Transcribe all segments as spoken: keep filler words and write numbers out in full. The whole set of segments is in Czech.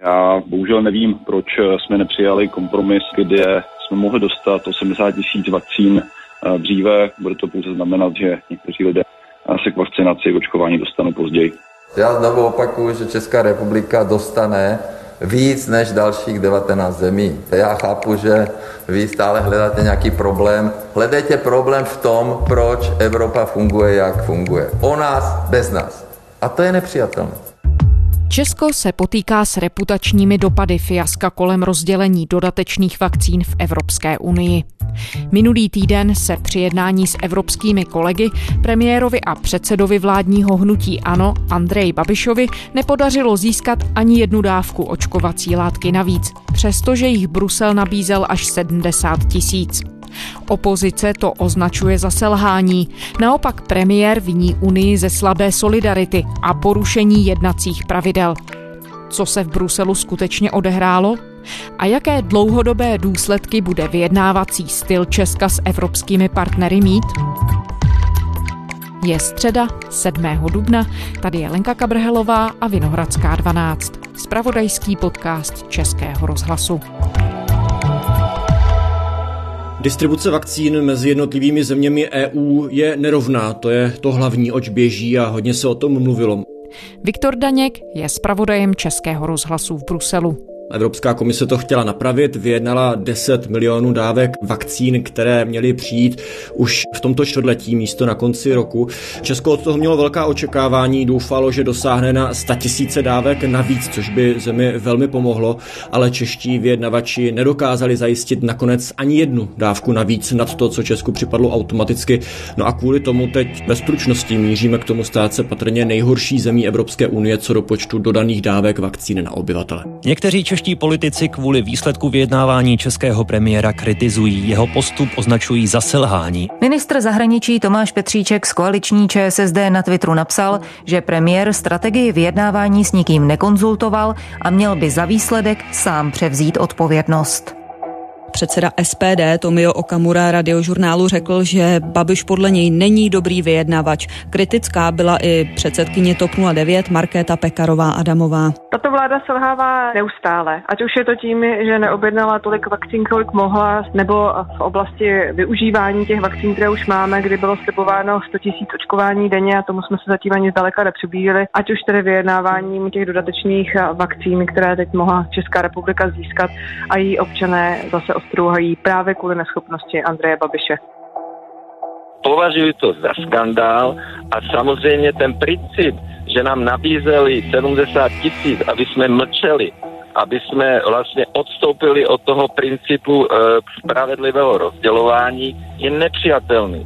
Já bohužel nevím, proč jsme nepřijali kompromis, kde jsme mohli dostat osmdesát tisíc vakcín dříve. Bude to pouze znamenat, že někteří lidé se k vakcinaci očkování dostanou později. Já znovu opakuju, že Česká republika dostane víc než dalších devatenáct zemí. Já chápu, že vy stále hledáte nějaký problém. Hledejte problém v tom, proč Evropa funguje, jak funguje. O nás, bez nás. A to je nepřijatelné. Česko se potýká s reputačními dopady fiaska kolem rozdělení dodatečných vakcín v Evropské unii. Minulý týden se při jednání s evropskými kolegy premiérovi a předsedovi vládního hnutí ANO Andreji Babišovi nepodařilo získat ani jednu dávku očkovací látky navíc, přestože jich Brusel nabízel až sedmdesát tisíc. Opozice to označuje za selhání. Naopak premiér viní Unii ze slabé solidarity a porušení jednacích pravidel. Co se v Bruselu skutečně odehrálo? A jaké dlouhodobé důsledky bude vyjednávací styl Česka s evropskými partnery mít? Je středa sedmého dubna, tady je Lenka Kabrhelová a Vinohradská dvanáct, zpravodajský podcast Českého rozhlasu. Distribuce vakcín mezi jednotlivými zeměmi E U je nerovná, to je to hlavní, oč běží a hodně se o tom mluvilo. Viktor Daněk je zpravodajem Českého rozhlasu v Bruselu. Evropská komise to chtěla napravit, vyjednala deset milionů dávek vakcín, které měly přijít už v tomto čtvrtletí místo na konci roku. Česko od toho mělo velká očekávání, doufalo, že dosáhne na sto tisíc dávek navíc, což by zemi velmi pomohlo, ale čeští vyjednavači nedokázali zajistit nakonec ani jednu dávku navíc nad to, co Česku připadlo automaticky. No a kvůli tomu teď bez stručnosti míříme k tomu stát se patrně nejhorší zemí Evropské unie co do počtu dodaných dávek vakcín na obyvatele. Někteří čeští politici kvůli výsledku vyjednávání českého premiéra kritizují. Jeho postup označují za selhání. Ministr zahraničí Tomáš Petříček z koaliční Č S S D na Twitteru napsal, že premiér strategii vyjednávání s nikým nekonzultoval a měl by za výsledek sám převzít odpovědnost. Předseda S P D Tomio Okamura Radiožurnálu řekl, že Babiš podle něj není dobrý vyjednavač. Kritická byla i předsedkyně TOP nula devět Markéta Pekarová Adamová. Tato vláda selhává neustále. Ať už je to tím, že neobjednala tolik vakcín, kolik mohla, nebo v oblasti využívání těch vakcín, které už máme, kdy bylo slibováno sto tisíc očkování denně a tomu jsme se zatím ani zdaleka nepřiblížili. Ať už tedy vyjednáváním těch dodatečných vakcín, které teď mohla Česká republika získat a její občané zase ostrouhají právě kvůli neschopnosti Andreje Babiše. Považuji to za skandál a samozřejmě ten princip, že nám nabízeli sedmdesát tisíc, aby jsme mlčeli, aby jsme vlastně odstoupili od toho principu e, spravedlivého rozdělování, je nepřijatelný.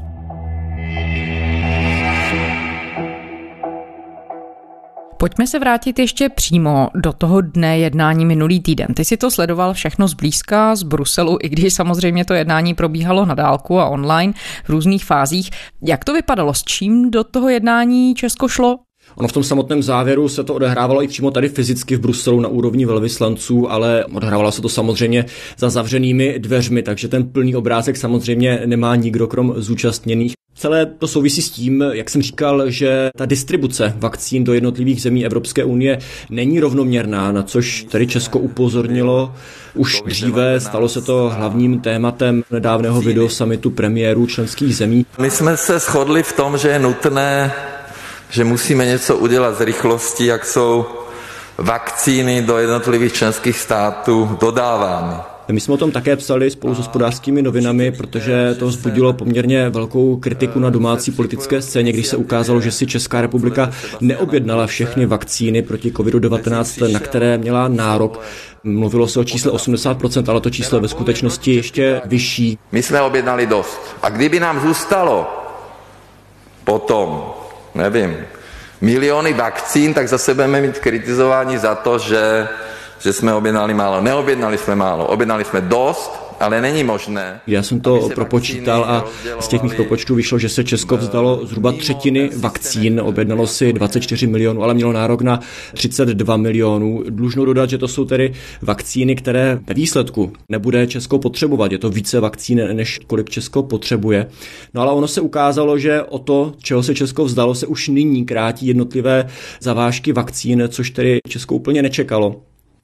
Pojďme se vrátit ještě přímo do toho dne jednání minulý týden. Ty si to sledoval všechno zblízka z Bruselu, i když samozřejmě to jednání probíhalo na dálku a online v různých fázích. Jak to vypadalo? S čím do toho jednání Česko šlo? Ono v tom samotném závěru se to odehrávalo i přímo tady fyzicky v Bruselu na úrovni velvyslanců, ale odehrávalo se to samozřejmě za zavřenými dveřmi, takže ten plný obrázek samozřejmě nemá nikdo krom zúčastněných. Celé to souvisí s tím, jak jsem říkal, že ta distribuce vakcín do jednotlivých zemí Evropské unie není rovnoměrná, na což tady Česko upozornilo už dříve. Stalo se to hlavním tématem nedávného videosummitu premiérů členských zemí. My jsme se shodli v tom, že je nutné, že musíme něco udělat s rychlostí, jak jsou vakcíny do jednotlivých členských států dodávány. My jsme o tom také psali spolu s Hospodářskými novinami, protože to vzbudilo poměrně velkou kritiku na domácí politické scéně, když se ukázalo, že si Česká republika neobjednala všechny vakcíny proti kovidu devatenáct, na které měla nárok. Mluvilo se o čísle osmdesát procent, ale to číslo ve skutečnosti ještě vyšší. My jsme objednali dost. A kdyby nám zůstalo potom, nevím, miliony vakcín, tak zase budeme mít kritizování za to, že že jsme objednali málo. Neobjednali jsme málo, objednali jsme dost, ale není možné. Já jsem to propočítal a z těch mých propočtů vyšlo, že se Česko vzdalo zhruba třetiny vakcín, objednalo si dvacet čtyři milionů, ale mělo nárok na třicet dva milionů. Dlužno dodat, že to jsou tedy vakcíny, které ve výsledku nebude Česko potřebovat. Je to více vakcín, než kolik Česko potřebuje. No ale ono se ukázalo, že o to, čeho se Česko vzdalo, se už nyní krátí jednotlivé zavážky vakcín, což tedy Česko úplně nečekalo.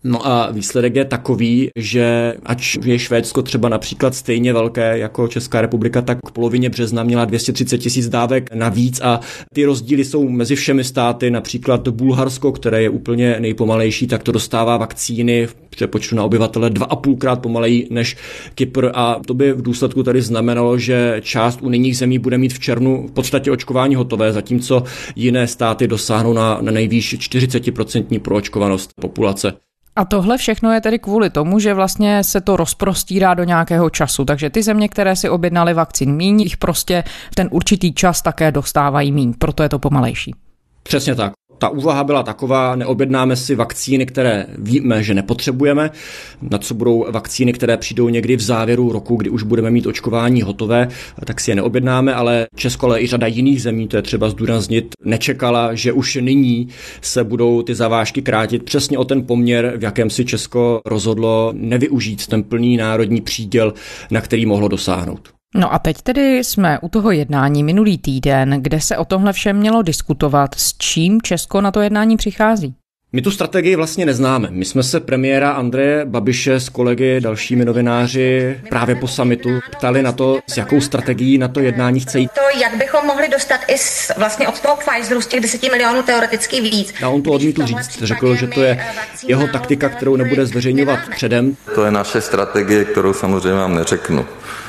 No a výsledek je takový, že ač je Švédsko třeba například stejně velké jako Česká republika, tak k polovině března měla dvě stě třicet tisíc dávek navíc a ty rozdíly jsou mezi všemi státy, například Bulharsko, které je úplně nejpomalejší, tak to dostává vakcíny v přepočtu na obyvatele dva a půlkrát pomaleji než Kypr a to by v důsledku tady znamenalo, že část unijních zemí bude mít v červnu v podstatě očkování hotové, zatímco jiné státy dosáhnou na, na nejvýš čtyřicet procent proočkovanost populace. A tohle všechno je tedy kvůli tomu, že vlastně se to rozprostírá do nějakého času. Takže ty země, které si objednaly vakcín míň, jich prostě v ten určitý čas také dostávají míň, proto je to pomalejší. Přesně tak. Ta úvaha byla taková, neobjednáme si vakcíny, které víme, že nepotřebujeme, na co budou vakcíny, které přijdou někdy v závěru roku, kdy už budeme mít očkování hotové, tak si je neobjednáme, ale Česko, ale i řada jiných zemí, to je třeba zdůraznit, nečekala, že už nyní se budou ty zavážky krátit přesně o ten poměr, v jakém si Česko rozhodlo nevyužít ten plný národní příděl, na který mohlo dosáhnout. No a teď tedy jsme u toho jednání minulý týden, kde se o tomhle všem mělo diskutovat, s čím Česko na to jednání přichází. My tu strategii vlastně neznáme. My jsme se premiéra Andreje Babiše s kolegy, dalšími novináři právě po summitu ptali na to, s jakou strategií na to jednání chce jít. To, jak bychom mohli dostat i z, vlastně od toho Pfizeru z těch deseti milionů teoreticky víc. A on to odmítl říct. Řekl, že to je jeho taktika, kterou nebude zveřejňovat předem. To je naše strategie, kterou samozřejmě vám neřeknu.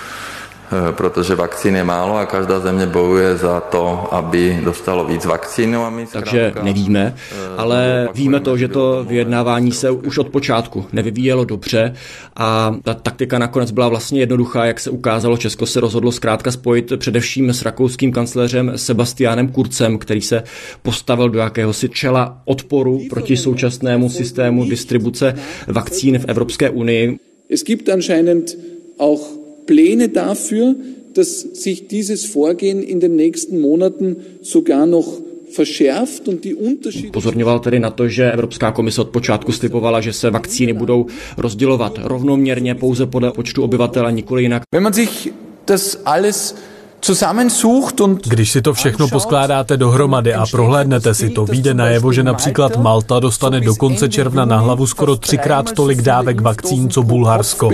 Protože vakcín je málo a každá země bojuje za to, aby dostalo víc vakcín. A my Takže nevíme, ale víme to, že to vyjednávání se už od počátku nevyvíjelo dobře a ta taktika nakonec byla vlastně jednoduchá, jak se ukázalo. Česko se rozhodlo zkrátka spojit především s rakouským kancléřem Sebastianem Kurzem, který se postavil do jakéhosi čela odporu proti současnému systému distribuce vakcín v Evropské unii. Es gibt anscheinend auch Pläne dafür, dass sich dieses Vorgehen in den nächsten Monaten sogar noch verschärft und die Unterschiede. Pozorňoval tedy na to, že Evropská komise od počátku slibovala, že se vakcíny budou rozdělovat rovnoměrně pouze podle počtu obyvatel a nikoli jinak. Wenn man sich das alles Když si to všechno poskládáte dohromady a prohlédnete si to, vyjde najevo, že například Malta dostane do konce června na hlavu skoro třikrát tolik dávek vakcín, co Bulharsko.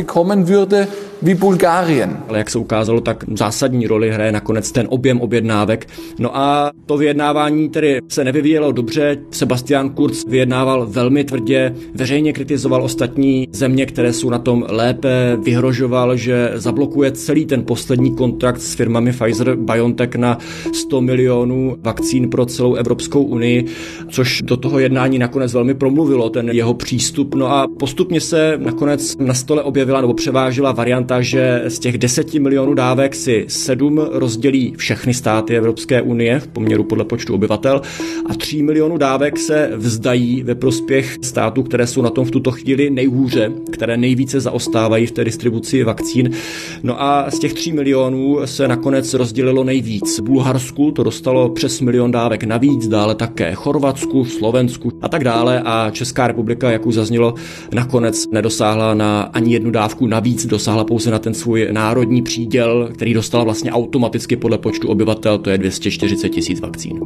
Ale jak se ukázalo, tak zásadní roli hraje nakonec ten objem objednávek. No a to vyjednávání tedy se nevyvíjelo dobře. Sebastian Kurz vyjednával velmi tvrdě, veřejně kritizoval ostatní země, které jsou na tom lépe, vyhrožoval, že zablokuje celý ten poslední kontrakt s firmami Pfizer-BioNTech na sto milionů vakcín pro celou Evropskou unii, což do toho jednání nakonec velmi promluvilo, ten jeho přístup. No a postupně se nakonec na stole objevila nebo převážila varianta, že z těch deseti milionů dávek si sedm rozdělí všechny státy Evropské unie v poměru podle počtu obyvatel a tři milionů dávek se vzdají ve prospěch států, které jsou na tom v tuto chvíli nejhůře, které nejvíce zaostávají v té distribuci vakcín. No a z těch tří milionů se nakonec rozdělilo nejvíc. Bulharsku to dostalo přes milion dávek navíc, dále také Chorvatsku, Slovensku a tak dále a Česká republika, jak už zaznělo, nakonec nedosáhla na ani jednu dávku navíc, dosáhla pouze na ten svůj národní příděl, který dostala vlastně automaticky podle počtu obyvatel, to je dvě stě čtyřicet tisíc vakcín.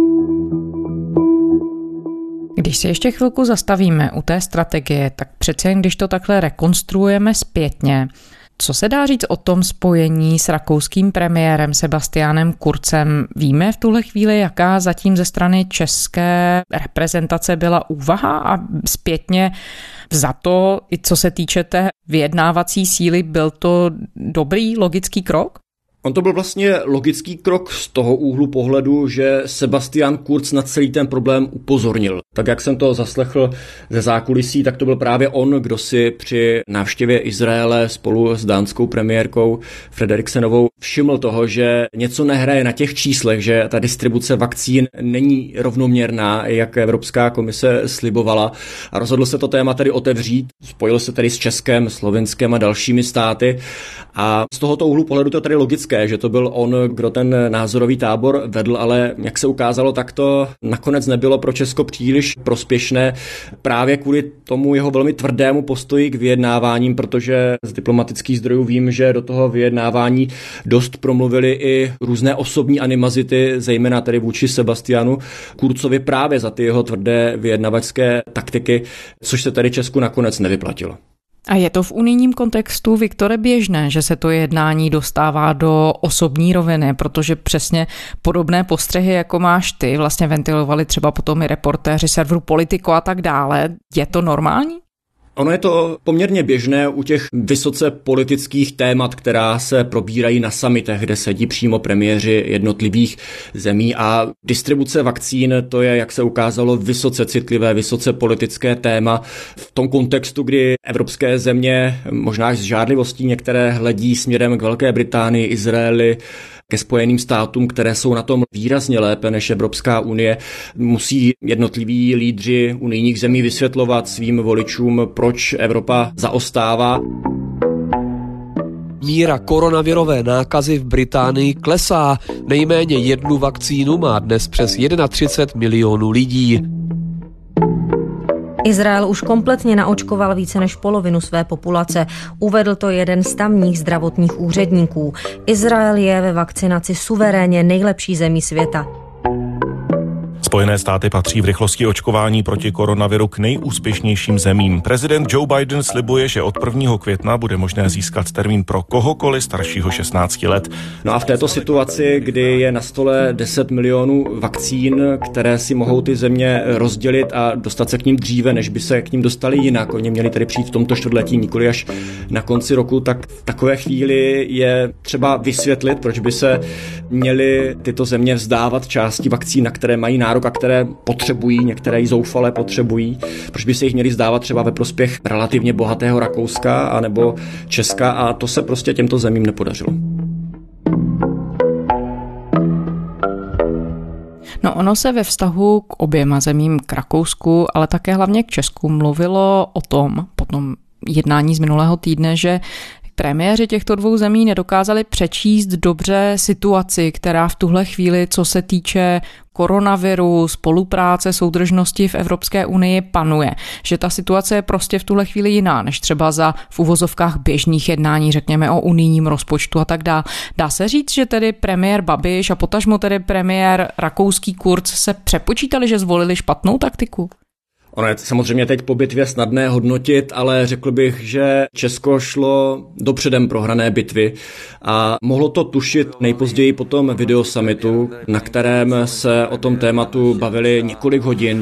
Když se ještě chvilku zastavíme u té strategie, tak přece jen když to takhle rekonstruujeme zpětně, co se dá říct o tom spojení s rakouským premiérem Sebastianem Kurzem? Víme v tuhle chvíli, jaká zatím ze strany české reprezentace byla úvaha a zpětně vzato, i co se týče té vyjednávací síly, byl to dobrý logický krok? On to byl vlastně logický krok z toho úhlu pohledu, že Sebastian Kurz na celý ten problém upozornil. Tak jak jsem to zaslechl ze zákulisí, tak to byl právě on, kdo si při návštěvě Izraele spolu s dánskou premiérkou Frederiksenovou všiml toho, že něco nehraje na těch číslech, že ta distribuce vakcín není rovnoměrná, jak Evropská komise slibovala. A rozhodl se to téma tedy otevřít, spojil se tedy s Českem, Slovinskem a dalšími státy. A z tohoto úhlu pohledu to tady logicky logické, že to byl on, kdo ten názorový tábor vedl, ale jak se ukázalo, tak to nakonec nebylo pro Česko příliš prospěšné právě kvůli tomu jeho velmi tvrdému postoji k vyjednáváním, protože z diplomatických zdrojů vím, že do toho vyjednávání dost promluvili i různé osobní animozity, zejména tedy vůči Sebastianu Kurzovi právě za ty jeho tvrdé vyjednavačské taktiky, což se tady Česku nakonec nevyplatilo. A je to v unijním kontextu, Viktore, běžné, že se to jednání dostává do osobní roviny, protože přesně podobné postřehy, jako máš ty, vlastně ventilovali třeba potom i reportéři serveru Politico a tak dále. Je to normální? Ono je to poměrně běžné u těch vysoce politických témat, která se probírají na summitech, kde sedí přímo premiéři jednotlivých zemí, a distribuce vakcín, to je, jak se ukázalo, vysoce citlivé, vysoce politické téma v tom kontextu, kdy evropské země možná až s žádlivostí některé hledí směrem k Velké Británii, Izraeli, ke Spojeným státům, které jsou na tom výrazně lépe než Evropská unie. Musí jednotliví lídři unijních zemí vysvětlovat svým voličům, proč Evropa zaostává. Míra koronavirové nákazy v Británii klesá. Nejméně jednu vakcínu má dnes přes třicet jedna milionů lidí. Izrael už kompletně naočkoval více než polovinu své populace. Uvedl to jeden z tamních zdravotních úředníků. Izrael je ve vakcinaci suverénně nejlepší zemí světa. Spojené státy patří v rychlosti očkování proti koronaviru k nejúspěšnějším zemím. Prezident Joe Biden slibuje, že od prvního května bude možné získat termín pro kohokoliv staršího šestnácti let. No a v této situaci, kdy je na stole deset milionů vakcín, které si mohou ty země rozdělit a dostat se k ním dříve, než by se k ním dostali jinak, oni měli tedy přijít v tomto čtvrtletí, nikoli až na konci roku, tak v takové chvíli je třeba vysvětlit, proč by se měly tyto země vzdávat části vakcín, na které mají nárok a které potřebují, některé ji zoufale potřebují. Proč by se jich měli zdávat třeba ve prospěch relativně bohatého Rakouska anebo Česka, a to se prostě těmto zemím nepodařilo. No ono se ve vztahu k oběma zemím, k Rakousku, ale také hlavně k Česku, mluvilo o tom, po tom jednání z minulého týdne, že premiéři těchto dvou zemí nedokázali přečíst dobře situaci, která v tuhle chvíli, co se týče koronaviru, spolupráce, soudržnosti v Evropské unii panuje. Že ta situace je prostě v tuhle chvíli jiná, než třeba za v uvozovkách běžných jednání, řekněme o unijním rozpočtu a tak dále. Dá se říct, že tedy premiér Babiš a potažmo tedy premiér rakouský Kurz se přepočítali, že zvolili špatnou taktiku? Ono je samozřejmě teď po bitvě snadné hodnotit, ale řekl bych, že Česko šlo do předem prohrané bitvy a mohlo to tušit nejpozději po tom videosummitu, na kterém se o tom tématu bavili několik hodin.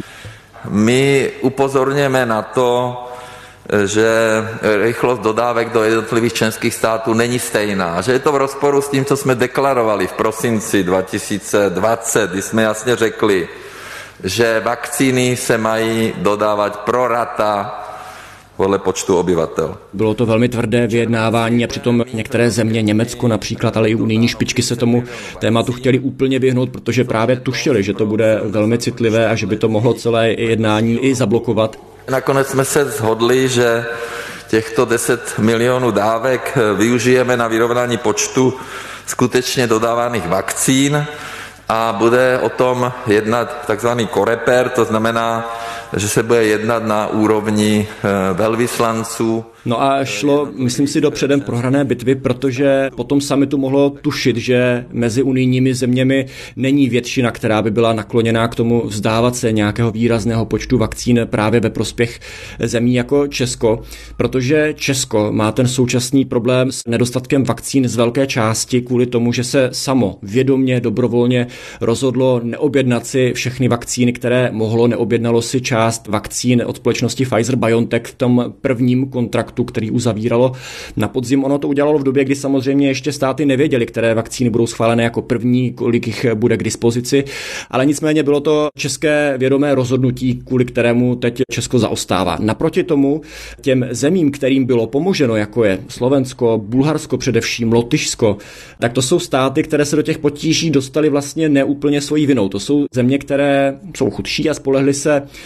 My upozorňujeme na to, že rychlost dodávek do jednotlivých členských států není stejná, že je to v rozporu s tím, co jsme deklarovali v prosinci dva tisíce dvacet, kdy jsme jasně řekli, že vakcíny se mají dodávat pro rata podle počtu obyvatel. Bylo to velmi tvrdé vyjednávání a přitom některé země, Německo například, ale i unijní špičky se tomu tématu chtěli úplně vyhnout, protože právě tušili, že to bude velmi citlivé a že by to mohlo celé jednání i zablokovat. Nakonec jsme se shodli, že těchto deset milionů dávek využijeme na vyrovnání počtu skutečně dodávaných vakcín a bude o tom jednat takzvaný koreper, to znamená, že se bude jednat na úrovni velvyslanců. No a šlo, myslím si, do předem prohrané bitvy, protože po tom summitu mohlo tušit, že mezi unijními zeměmi není většina, která by byla nakloněná k tomu vzdávat se nějakého výrazného počtu vakcín právě ve prospěch zemí jako Česko, protože Česko má ten současný problém s nedostatkem vakcín z velké části kvůli tomu, že se samo vědomě, dobrovolně rozhodlo neobjednat si všechny vakcíny, které mohlo, neobjednalo si část vakcín od společnosti Pfizer-BioNTech v tom prvním kontraktu, který uzavíralo na podzim. Ono to udělalo v době, kdy samozřejmě ještě státy nevěděly, které vakcíny budou schválené jako první, kolik jich bude k dispozici, ale nicméně bylo to české vědomé rozhodnutí, kvůli kterému teď Česko zaostává. Naproti tomu těm zemím, kterým bylo pomoženo, jako je Slovensko, Bulharsko především, Lotyšsko, tak to jsou státy, které se do těch potíží dostaly vlastně neúplně svojí vinou. To jsou země, které jsou chudší a spolehly se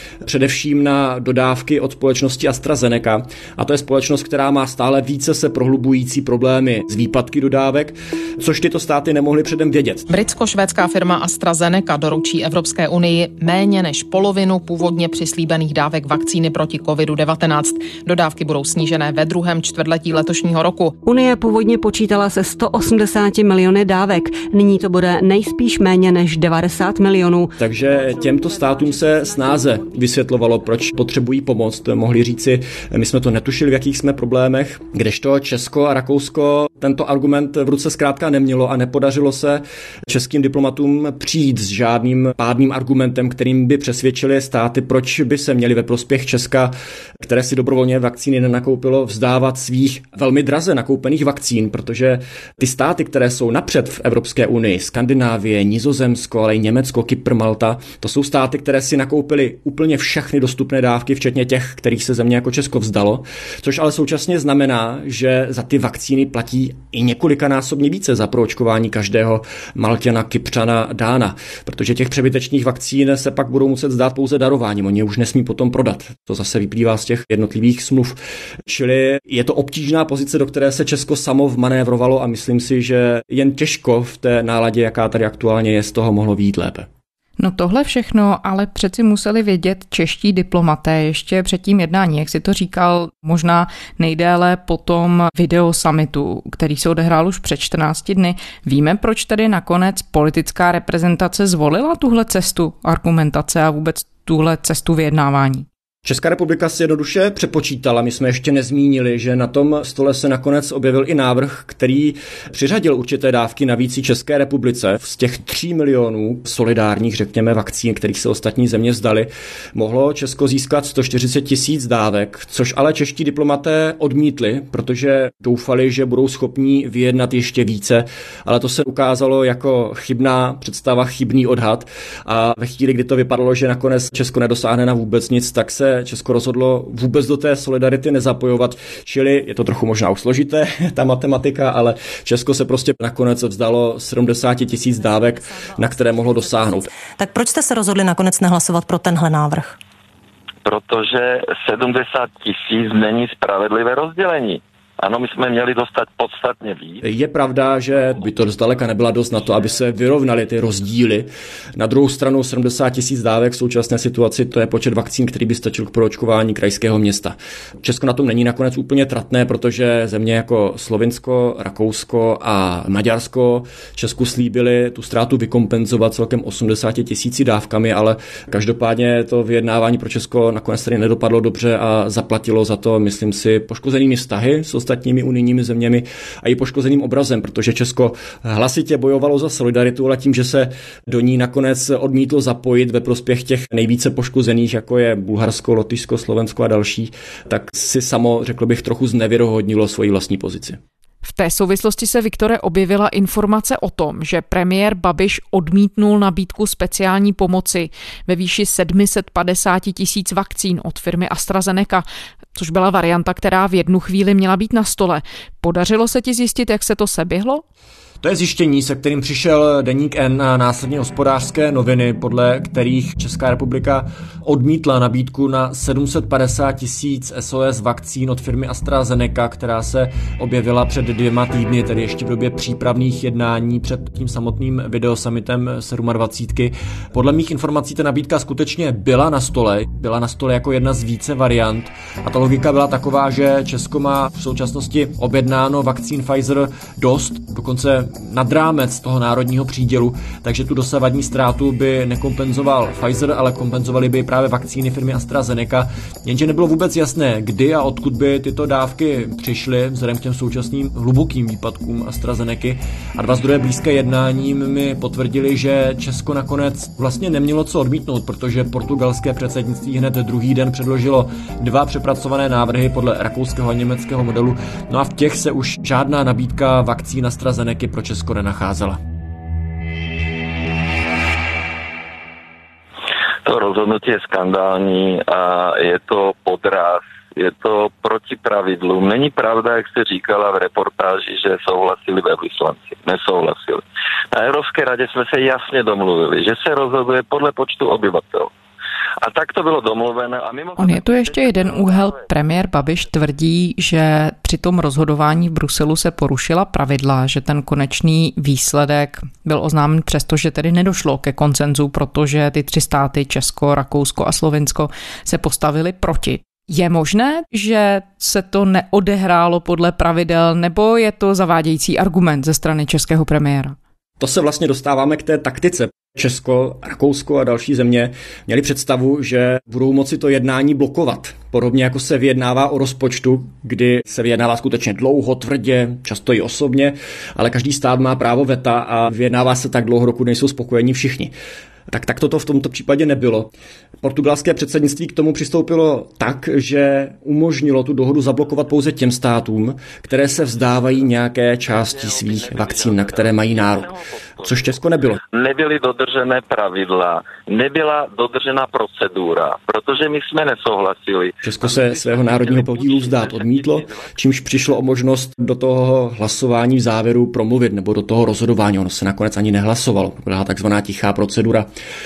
především na dodávky od společnosti AstraZeneca. A to je společnost, která má stále více se prohlubující problémy s výpadky dodávek, což tyto státy nemohly předem vědět. Britsko-švédská firma AstraZeneca doručí Evropské unii méně než polovinu původně přislíbených dávek vakcíny proti kovidu devatenáct. Dodávky budou snížené ve druhém čtvrtletí letošního roku. Unie původně počítala se sto osmdesát miliony dávek, nyní to bude nejspíš méně než devadesát milionů. Takže těmto státům se snáze vysvětlovalo, proč potřebují pomoc. Mohli říci, my jsme to netušili, v jakých jsme problémech, kdežto Česko a Rakousko tento argument v ruce zkrátka nemělo a nepodařilo se českým diplomatům přijít s žádným pádným argumentem, kterým by přesvědčili státy, proč by se měli ve prospěch Česka, které si dobrovolně vakcíny nenakoupilo, vzdávat svých velmi draze nakoupených vakcín, protože ty státy, které jsou napřed v Evropské unii, Skandinávie, Nizozemsko, ale i Německo, Kypr, Malta, to jsou státy, které si nakoupily úplně všechny dostupné dávky, včetně těch, kterých se země jako Česko vzdalo, což ale současně znamená, že za ty vakcíny platí i několikanásobně více za proočkování každého Malťana, Kypřana, Dána, protože těch přebytečných vakcín se pak budou muset zdát pouze darováním, oni už nesmí potom prodat. To zase vyplývá z těch jednotlivých smluv. Čili je to obtížná pozice, do které se Česko samo vmanévrovalo a myslím si, že jen těžko v té náladě, jaká tady aktuálně je, z toho mohlo vyjít lépe. No tohle všechno ale přeci museli vědět čeští diplomaté ještě před tím jednání, jak si to říkal, možná nejdéle po tom videosummitu, který se odehrál už před čtrnácti dny. Víme, proč tedy nakonec politická reprezentace zvolila tuhle cestu argumentace a vůbec tuhle cestu vyjednávání? Česká republika si jednoduše přepočítala, my jsme ještě nezmínili, že na tom stole se nakonec objevil i návrh, který přiřadil určité dávky navíc i České republice. Z těch tří milionů solidárních, řekněme, vakcín, kterých se ostatní země vzdali, mohlo Česko získat sto čtyřicet tisíc dávek, což ale čeští diplomaté odmítli, protože doufali, že budou schopní vyjednat ještě více, ale to se ukázalo jako chybná představa, chybný odhad a ve chvíli, kdy to vypadalo, že nakonec Česko nedosáhne na vůbec nic, tak se Česko rozhodlo vůbec do té solidarity nezapojovat, čili je to trochu možná už složité, ta matematika, ale Česko se prostě nakonec vzdalo sedmdesát tisíc dávek, na které mohlo dosáhnout. Tak proč jste se rozhodli nakonec nehlasovat pro tenhle návrh? Protože sedmdesát tisíc není spravedlivé rozdělení. Ano, my jsme měli dostat podstatně víc. Je pravda, že by to zdaleka nebyla dost na to, aby se vyrovnaly ty rozdíly. Na druhou stranu sedmdesát tisíc dávek v současné situaci, to je počet vakcín, který by stačil k proočkování krajského města. Česko na tom není nakonec úplně tratné, protože země jako Slovinsko, Rakousko a Maďarsko Česku slíbili tu ztrátu vykompenzovat celkem osmdesát tisíci dávkami, ale každopádně to vyjednávání pro Česko nakonec tady nedopadlo dobře a zaplatilo za to, myslím si, poškozenými vztahy s ostatními unijními zeměmi a i poškozeným obrazem, protože Česko hlasitě bojovalo za solidaritu, ale tím, že se do ní nakonec odmítlo zapojit ve prospěch těch nejvíce poškozených, jako je Bulharsko, Lotyšsko, Slovensko a další, tak si samo, řekl bych, trochu znevěrohodnilo svoji vlastní pozici. V té souvislosti se, Viktore, objevila informace o tom, že premiér Babiš odmítnul nabídku speciální pomoci ve výši sedm set padesát tisíc vakcín od firmy AstraZeneca, což byla varianta, která v jednu chvíli měla být na stole. Podařilo se ti zjistit, jak se to seběhlo? To je zjištění, se kterým přišel Deník N a následně Hospodářské noviny, podle kterých Česká republika odmítla nabídku na sedm set padesát tisíc S O S vakcín od firmy AstraZeneca, která se objevila před dvěma týdny, tedy ještě v době přípravných jednání před tím samotným videosummitem dvacítky sedm. Podle mých informací ta nabídka skutečně byla na stole, byla na stole jako jedna z více variant a ta logika byla taková, že Česko má v současnosti objednáno vakcín Pfizer dost, dokonce nad rámec toho národního přídělu, takže tu dosavadní ztrátu by nekompenzoval Pfizer, ale kompenzovaly by právě vakcíny firmy AstraZeneca, jenže nebylo vůbec jasné, kdy a odkud by tyto dávky přišly vzhledem k těm současným hlubokým výpadkům AstraZenecy a dva zdroje blízké jednáním mi potvrdili, že Česko nakonec vlastně nemělo co odmítnout, protože portugalské předsednictví hned druhý den předložilo dva přepracované návrhy podle rakouského a německého modelu, no a v těch se už žádná nabídka vakcín AstraZenecy pro Česko nenacházela. To rozhodnutí je skandální a je to podraz, je to proti pravidlům. Není pravda, jak jste říkala v reportáži, že souhlasili ve vyslanci. Nesouhlasili. Na Evropské radě jsme se jasně domluvili, že se rozhoduje podle počtu obyvatel. A tak to bylo domluvené. A mimo... On je tu ještě jeden úhel. Premiér Babiš tvrdí, že při tom rozhodování v Bruselu se porušila pravidla, že ten konečný výsledek byl oznámen přesto, že tedy nedošlo ke konsenzu, protože ty tři státy, Česko, Rakousko a Slovinsko, se postavili proti. Je možné, že se to neodehrálo podle pravidel, nebo je to zavádějící argument ze strany českého premiéra? To se vlastně dostáváme k té taktice. Česko, Rakousko a další země měli představu, že budou moci to jednání blokovat. Podobně jako se vyjednává o rozpočtu, kdy se vyjednává skutečně dlouho, tvrdě, často i osobně, ale každý stát má právo veta a vyjednává se tak dlouho, dokud nejsou spokojení všichni. Tak, tak toto v tomto případě nebylo. Portugalské předsednictví k tomu přistoupilo tak, že umožnilo tu dohodu zablokovat pouze těm státům, které se vzdávají nějaké části svých vakcín, na které mají nárok. Což Česko nebylo. Nebyly dodržené pravidla, nebyla dodržena procedura, protože my jsme nesouhlasili. Česko se svého národního podílu vzdát odmítlo, čímž přišlo o možnost do toho hlasování v závěru promluvit, nebo do toho rozhodování. Ono se nakonec ani nehlasovalo. Byla takzvaná tichá procedura,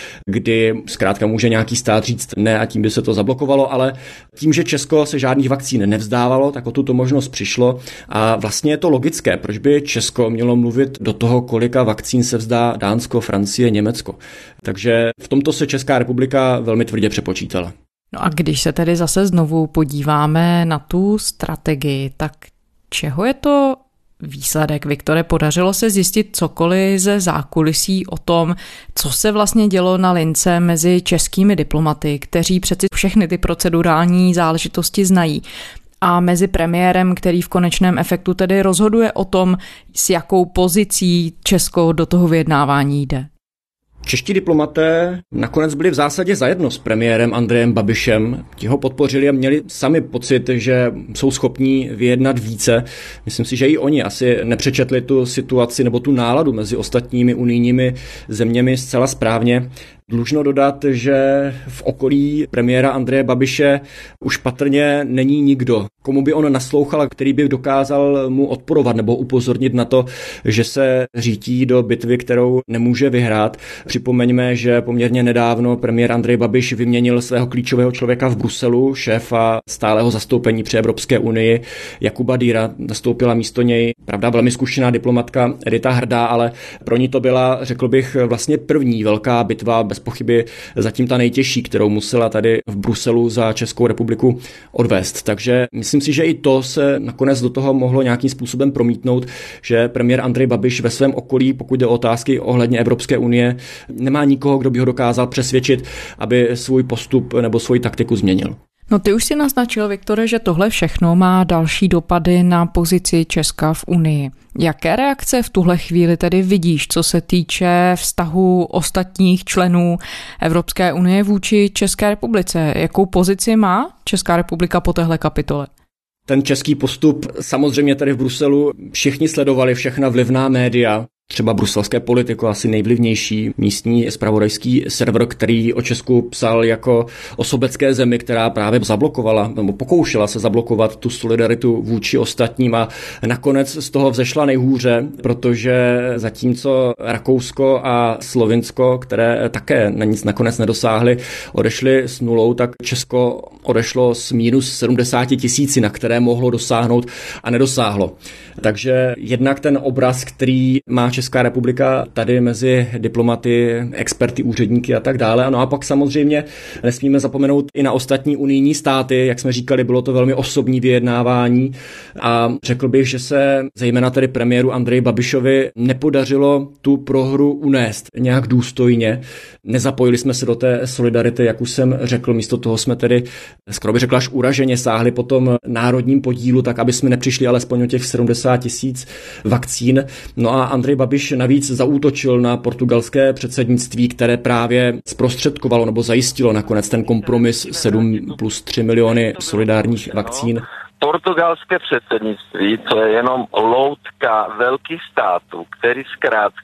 kdy zkrátka může nějaký stát říct ne a tím by se to zablokovalo, ale tím, že Česko se žádných vakcín nevzdávalo, tak o tuto možnost přišlo a vlastně je to logické, proč by Česko mělo mluvit do toho, kolika vakcín se vzdá Dánsko, Francie, Německo. Takže v tomto se Česká republika velmi tvrdě přepočítala. No a když se tedy zase znovu podíváme na tu strategii, tak čeho je to výsledek, Viktore? Podařilo se zjistit cokoliv ze zákulisí o tom, co se vlastně dělo na lince mezi českými diplomaty, kteří přeci všechny ty procedurální záležitosti znají, a mezi premiérem, který v konečném efektu tedy rozhoduje o tom, s jakou pozicí Česko do toho vyjednávání jde? Čeští diplomaté nakonec byli v zásadě zajedno s premiérem Andrejem Babišem. Ti ho podpořili a měli sami pocit, že jsou schopní vyjednat více. Myslím si, že i oni asi nepřečetli tu situaci nebo tu náladu mezi ostatními unijními zeměmi zcela správně. Dlužno dodat, že v okolí premiéra Andreje Babiše už patrně není nikdo, komu by on naslouchal a který by dokázal mu odporovat nebo upozornit na to, že se řítí do bitvy, kterou nemůže vyhrát. Připomeňme, že poměrně nedávno premiér Andrej Babiš vyměnil svého klíčového člověka v Bruselu, šéfa stálého zastoupení při Evropské unii Jakuba Dýra. Nastoupila místo něj, pravda, velmi zkušená diplomatka Edita Hrdá, ale pro ní to byla, řekl bych, vlastně první velká bitva, bez pochyby zatím ta nejtěžší, kterou musela tady v Bruselu za Českou republiku odvést. Takže myslím si, že i to se nakonec do toho mohlo nějakým způsobem promítnout, že premiér Andrej Babiš ve svém okolí, pokud jde o otázky ohledně Evropské unie, nemá nikoho, kdo by ho dokázal přesvědčit, aby svůj postup nebo svoji taktiku změnil. No ty už si naznačil, Viktore, že tohle všechno má další dopady na pozici Česka v Unii. Jaké reakce v tuhle chvíli tedy vidíš, co se týče vztahu ostatních členů Evropské unie vůči České republice? Jakou pozici má Česká republika po téhle kapitole? Ten český postup samozřejmě tady v Bruselu všichni sledovali, všechna vlivná média. Třeba bruselské Politico, asi nejvlivnější místní zpravodajský server, který o Česku psal jako o sobecké zemi, která právě zablokovala, nebo pokoušela se zablokovat tu solidaritu vůči ostatním a nakonec z toho vzešla nejhůře, protože zatímco Rakousko a Slovinsko, které také na nic nakonec nedosáhly, odešly s nulou, tak Česko odešlo s mínus sedmdesát tisíci, na které mohlo dosáhnout a nedosáhlo. Takže jednak ten obraz, který má Česká republika tady mezi diplomaty, experty, úředníky a tak dále. No a pak samozřejmě nesmíme zapomenout i na ostatní unijní státy. Jak jsme říkali, bylo to velmi osobní vyjednávání a řekl bych, že se zejména tedy premiéru Andreji Babišovi nepodařilo tu prohru unést nějak důstojně. Nezapojili jsme se do té solidarity, jak už jsem řekl, místo toho jsme tedy, skoro bych řekl, až uraženě sáhli po tom národním podílu, tak aby jsme nepřišli alespoň o těch sedmdesát tisíc vakcín. No a Andrej Babiš navíc zaútočil na portugalské předsednictví, které právě zprostředkovalo nebo zajistilo nakonec ten kompromis sedm plus tři miliony solidárních vakcín. Portugalské předsednictví, to je jenom loutka velkých států, který zkrátka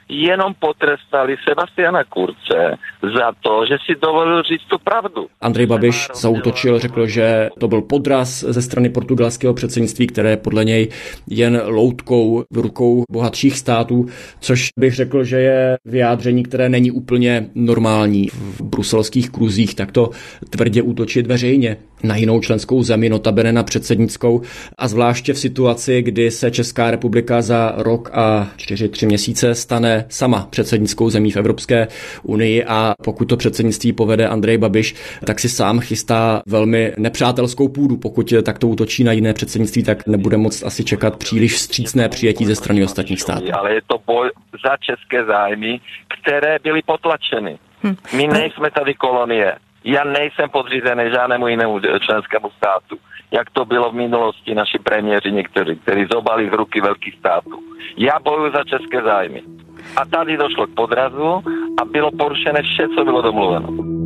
jenom potrestali Sebastiana Kurze za to, že si dovolil říct tu pravdu. Andrej Babiš zaútočil, řekl, že to byl podraz ze strany portugalského předsednictví, které podle něj jen loutkou v rukou bohatších států, což bych řekl, že je vyjádření, které není úplně normální v bruselských kruzích, takto tvrdě útočit veřejně na jinou členskou zemi, notabene na předsednickou, a zvláště v situaci, kdy se Česká republika za rok a čtyři, tři měsíce stane sama předsednickou zemí v Evropské unii, a pokud to předsednictví povede Andrej Babiš, tak si sám chystá velmi nepřátelskou půdu. Pokud takto útočí na jiné předsednictví, tak nebude moct asi čekat příliš vstřícné přijetí ze strany ostatních států. Ale je to boj za české zájmy, které byly potlačeny. My nejsme tady kolonie. Já nejsem podřízený žádnému jinému členskému státu, jak to bylo v minulosti naši premiéři někteří, kteří zobali z ruky velkých států. Já bojuji za české zájmy. A tady došlo k podrazu a bylo porušené vše, co bylo domluveno.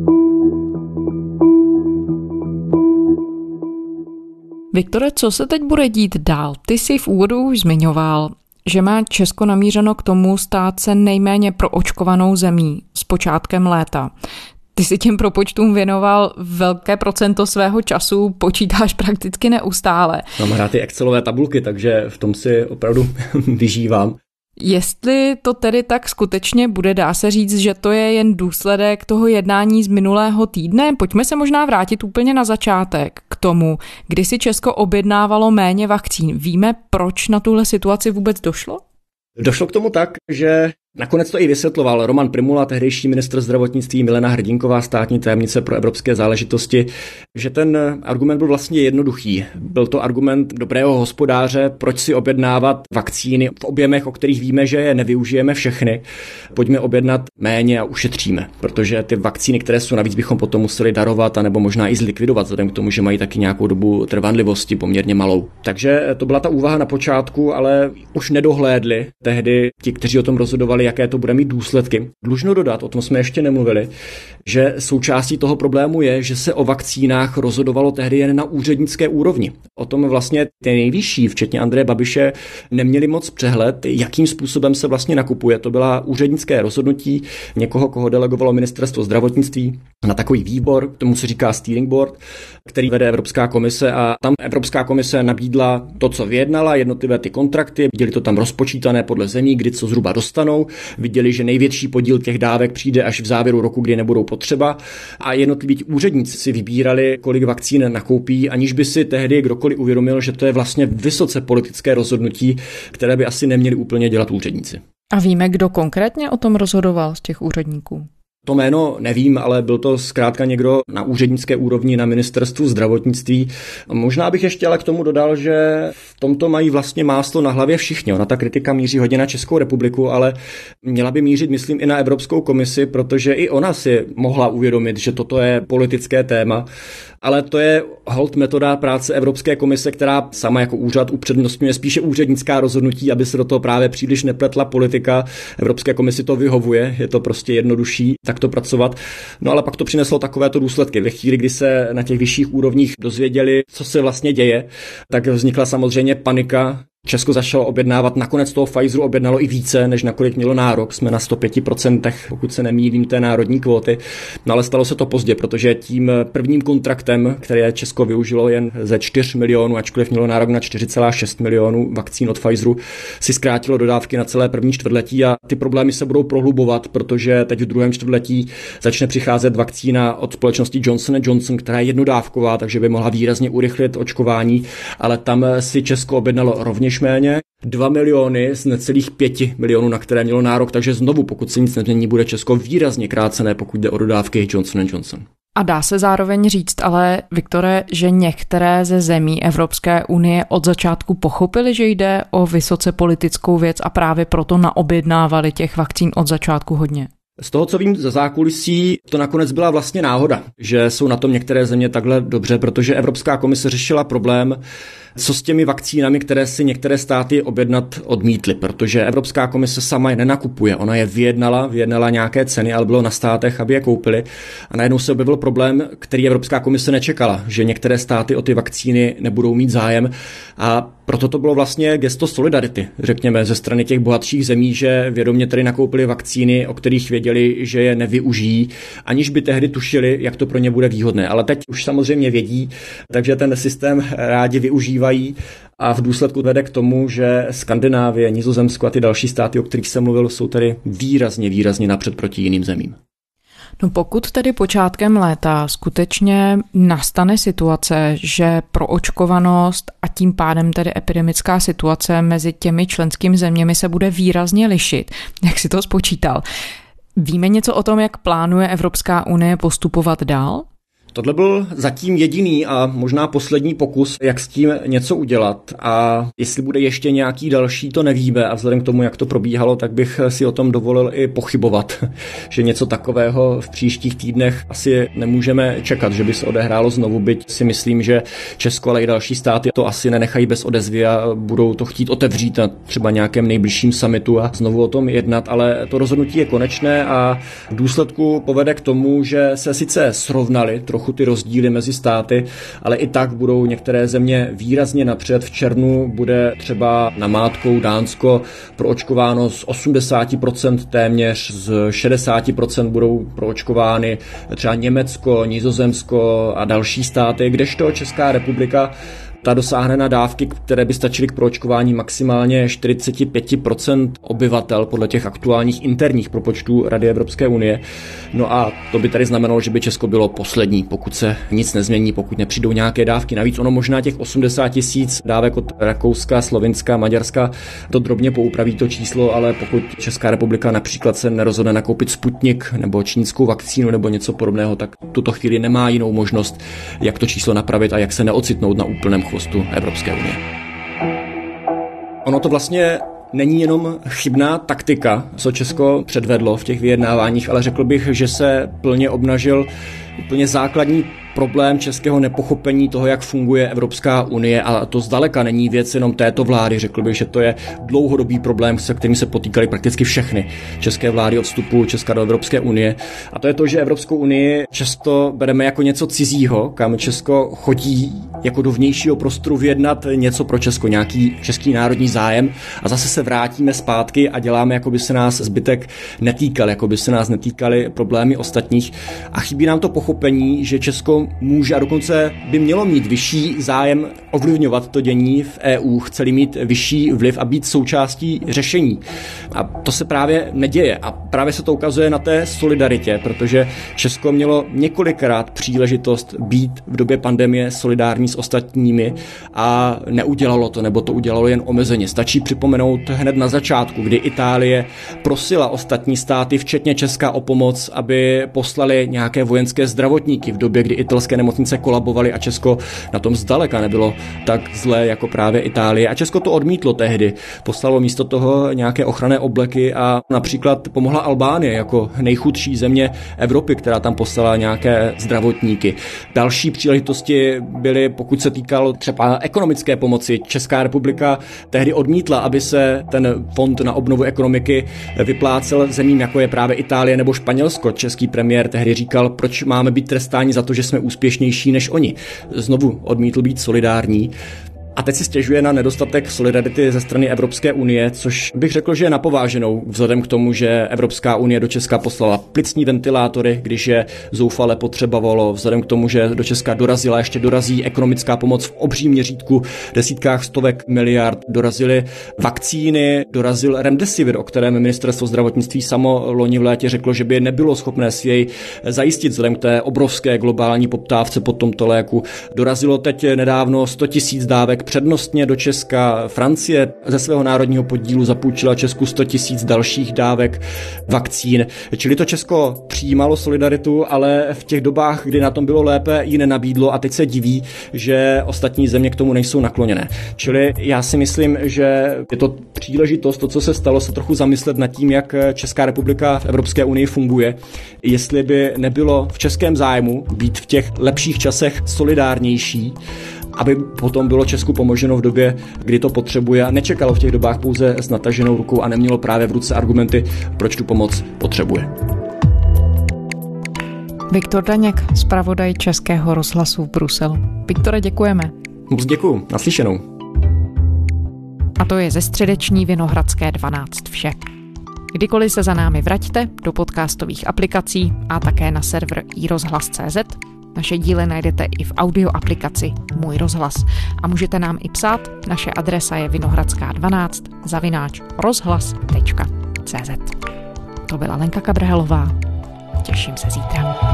Viktore, co se teď bude dít dál? Ty jsi v úvodu už zmiňoval, že má Česko namířeno k tomu stát se nejméně proočkovanou zemí s počátkem léta. Ty si těm propočtům věnoval velké procento svého času, počítáš prakticky neustále. Mám hrát ty Excelové tabulky, takže v tom si opravdu vyžívám. Jestli to tedy tak skutečně bude, dá se říct, že to je jen důsledek toho jednání z minulého týdne? Pojďme se možná vrátit úplně na začátek k tomu, kdy si Česko objednávalo méně vakcín. Víme, proč na tuhle situaci vůbec došlo? Došlo k tomu tak, že nakonec to i vysvětloval Roman Prymula, tehdejší ministr zdravotnictví, Milena Hrdinková, státní tajemnice pro evropské záležitosti, že ten argument byl vlastně jednoduchý. Byl to argument dobrého hospodáře, proč si objednávat vakcíny v objemech, o kterých víme, že je nevyužijeme všechny. Pojďme objednat méně a ušetříme, protože ty vakcíny, které jsou navíc, bychom potom museli darovat, anebo možná i zlikvidovat, vzhledem k tomu, že mají taky nějakou dobu trvanlivosti poměrně malou. Takže to byla ta úvaha na počátku, ale už nedohlédli tehdy ti, kteří o tom rozhodovali, jaké to bude mít důsledky. Dlužno dodat, o tom jsme ještě nemluvili, že součástí toho problému je, že se o vakcínách rozhodovalo tehdy jen na úřednické úrovni. O tom vlastně ty nejvyšší, včetně Andreje Babiše, neměli moc přehled, jakým způsobem se vlastně nakupuje. To byla úřednické rozhodnutí někoho, koho delegovalo ministerstvo zdravotnictví na takový výbor, tomu se říká steering board, který vede Evropská komise, a tam Evropská komise nabídla to, co vyjednala, jednotlivé ty kontrakty, viděli to tam rozpočítané podle zemí, kdy co zhruba dostanou, viděli, že největší podíl těch dávek přijde až v závěru roku, kdy nebudou potřeba, a jednotliví úředníci si vybírali, kolik vakcín nakoupí, aniž by si tehdy kdokoliv uvědomil, že to je vlastně vysoce politické rozhodnutí, které by asi neměli úplně dělat úředníci. A víme, kdo konkrétně o tom rozhodoval z těch úředníků? To jméno nevím, ale byl to zkrátka někdo na úřednické úrovni na ministerstvu zdravotnictví. Možná bych ještě ale k tomu dodal, že v tomto mají vlastně máslo na hlavě všichni. Ona ta kritika míří hodně na Českou republiku, ale měla by mířit, myslím, i na Evropskou komisi, protože i ona si mohla uvědomit, že toto je politické téma. Ale to je holt metoda práce Evropské komise, která sama jako úřad upřednostňuje spíše úřednická rozhodnutí, aby se do toho právě příliš nepletla politika. Evropské komisi to vyhovuje, je to prostě jednodušší takto pracovat. No ale pak to přineslo takovéto důsledky. Ve chvíli, kdy se na těch vyšších úrovních dozvěděli, co se vlastně děje, tak vznikla samozřejmě panika. Česko začalo objednávat, nakonec toho Pfizeru objednalo i více, než nakolik mělo nárok. Jsme na sto pět procent, pokud se nemýlím, té národní kvóty. No ale stalo se to pozdě, protože tím prvním kontraktem, které Česko využilo jen ze čtyři milionů, ačkoliv mělo nárok na čtyři celá šest milionů vakcín od Pfizeru, si zkrátilo dodávky na celé první čtvrtletí, a ty problémy se budou prohlubovat, protože teď v druhém čtvrtletí začne přicházet vakcína od společnosti Johnson and Johnson, která je jednodávková, takže by mohla výrazně urychlit očkování, ale tam si Česko objednalo rovněž méně. dva miliony z necelých pěti milionů, na které mělo nárok, takže znovu, pokud se nic nezmění, bude Česko výrazně krácené, pokud jde o dodávky Johnson and Johnson. A dá se zároveň říct, ale Viktore, že některé ze zemí Evropské unie od začátku pochopili, že jde o vysoce politickou věc, a právě proto naobjednávali těch vakcín od začátku hodně. Z toho, co vím ze zákulisí, to nakonec byla vlastně náhoda, že jsou na tom některé země takhle dobře, protože Evropská komise řešila problém, co s těmi vakcínami, které si některé státy objednat odmítly, protože Evropská komise sama je nenakupuje, ona je vyjednala, vyjednala nějaké ceny, ale bylo na státech, aby je koupili, a najednou se objevil problém, který Evropská komise nečekala, že některé státy o ty vakcíny nebudou mít zájem, a Proto to bylo vlastně gesto solidarity, řekněme, ze strany těch bohatších zemí, že vědomě tedy nakoupili vakcíny, o kterých věděli, že je nevyužijí, aniž by tehdy tušili, jak to pro ně bude výhodné. Ale teď už samozřejmě vědí, takže ten systém rádi využívají a v důsledku vede k tomu, že Skandinávie, Nizozemsko a ty další státy, o kterých jsem mluvil, jsou tedy výrazně, výrazně napřed proti jiným zemím. No pokud tedy počátkem léta skutečně nastane situace, že proočkovanost a tím pádem tedy epidemická situace mezi těmi členskými zeměmi se bude výrazně lišit, jak si to spočítal, víme něco o tom, jak plánuje Evropská unie postupovat dál? Tohle byl zatím jediný a možná poslední pokus, jak s tím něco udělat, a jestli bude ještě nějaký další, to nevíme, a vzhledem k tomu, jak to probíhalo, tak bych si o tom dovolil i pochybovat, že něco takového v příštích týdnech asi nemůžeme čekat, že by se odehrálo znovu, byť si myslím, že Česko, ale i další státy to asi nenechají bez odezvy a budou to chtít otevřít na třeba nějakém nejbližším summitu a znovu o tom jednat, ale to rozhodnutí je konečné a v důsledku povede k tomu, že se sice srovnali trochu ty rozdíly mezi státy, ale i tak budou některé země výrazně napřed. V červnu bude třeba namátkou Dánsko proočkováno z osmdesát procent téměř, z šedesát procent budou proočkovány třeba Německo, Nizozemsko a další státy, kdežto Česká republika ta dosáhne na dávky, které by stačily k proočkování maximálně čtyřicet pět procent obyvatel podle těch aktuálních interních propočtů Rady Evropské unie. No a to by tady znamenalo, že by Česko bylo poslední, pokud se nic nezmění, pokud nepřijdou nějaké dávky. Navíc ono možná těch osmdesát tisíc dávek od Rakouska, Slovinska, Maďarska to drobně poupraví to číslo, ale pokud Česká republika například se nerozhodne nakoupit Sputnik nebo čínskou vakcínu nebo něco podobného, tak v tuto chvíli nemá jinou možnost, jak to číslo napravit a jak se neocitnout na úplném chvostu Evropské unie. Ono to vlastně není jenom chybná taktika, co Česko předvedlo v těch vyjednáváních, ale řekl bych, že se plně obnažil úplně základní problém českého nepochopení toho, jak funguje Evropská unie, a to zdaleka není věc jenom této vlády. Řekl bych, že to je dlouhodobý problém, se kterým se potýkaly prakticky všechny české vlády od vstupu Česka do Evropské unie. A to je to, že Evropskou unii často bereme jako něco cizího, kam Česko chodí jako do vnějšího prostoru vyjednat něco pro Česko, nějaký český národní zájem, a zase se vrátíme zpátky a děláme, jako by se nás zbytek netýkal, jako by se nás netýkaly problémy ostatních. A chybí nám to pochopení, že Česko může a dokonce by mělo mít vyšší zájem ovlivňovat to dění v E U, chceli mít vyšší vliv a být součástí řešení. A to se právě neděje a právě se to ukazuje na té solidaritě, protože Česko mělo několikrát příležitost být v době pandemie solidární s ostatními a neudělalo to, nebo to udělalo jen omezeně. Stačí připomenout hned na začátku, kdy Itálie prosila ostatní státy, včetně Česka, o pomoc, aby poslali nějaké vojenské zdravotníky v době, kdy italské nemocnice kolabovaly a Česko na tom zdaleka nebylo tak zlé jako právě Itálie. A Česko to odmítlo tehdy. Poslalo místo toho nějaké ochranné obleky a například pomohla Albánie jako nejchudší země Evropy, která tam poslala nějaké zdravotníky. Další příležitosti byly, pokud se týkalo třeba ekonomické pomoci. Česká republika tehdy odmítla, aby se ten fond na obnovu ekonomiky vyplácel zemím, jako je právě Itálie nebo Španělsko. Český premiér tehdy říkal, proč máme být trestáni za to, že jsme úspěšnější než oni. Znovu odmítl být solidární. A teď si stěžuje na nedostatek solidarity ze strany Evropské unie, což bych řekl, že je napováženou vzhledem k tomu, že Evropská unie do Česka poslala plicní ventilátory, když je zoufale potřebovalo, vzhledem k tomu, že do Česka dorazila, ještě dorazí ekonomická pomoc v obřím měřítku, desítkách stovek miliard, dorazily vakcíny, dorazil Remdesivir, o kterém ministerstvo zdravotnictví samo loni v létě řeklo, že by nebylo schopné si jej zajistit vzhledem k té obrovské globální poptávce po tomto léku. Dorazilo teď nedávno sto tisíc dávek přednostně do Česka. Francie ze svého národního podílu zapůjčila Česku sto tisíc dalších dávek vakcín. Čili to Česko přijímalo solidaritu, ale v těch dobách, kdy na tom bylo lépe, ji nenabídlo a teď se diví, že ostatní země k tomu nejsou nakloněné. Čili já si myslím, že je to příležitost, to, co se stalo, se trochu zamyslet nad tím, jak Česká republika v Evropské unii funguje. Jestli by nebylo v českém zájmu být v těch lepších časech solidárnější, aby potom bylo Česku pomoženo v době, kdy to potřebuje a nečekalo v těch dobách pouze s nataženou rukou a nemělo právě v ruce argumenty, proč tu pomoc potřebuje. Viktor Daněk, zpravodaj Českého rozhlasu v Bruselu. Viktore, děkujeme. Moc děkuju, naslyšenou. A to je ze středeční Vinohradské dvanáct vše. Kdykoliv se za námi vraťte do podcastových aplikací a také na server i rozhlas tečka cé zet. Naše díly najdete i v audio aplikaci Můj rozhlas. A můžete nám i psát, naše adresa je vinohradská dvanáct zavináč rozhlas tečka cé zet. To byla Lenka Kabrhelová. Těším se zítra.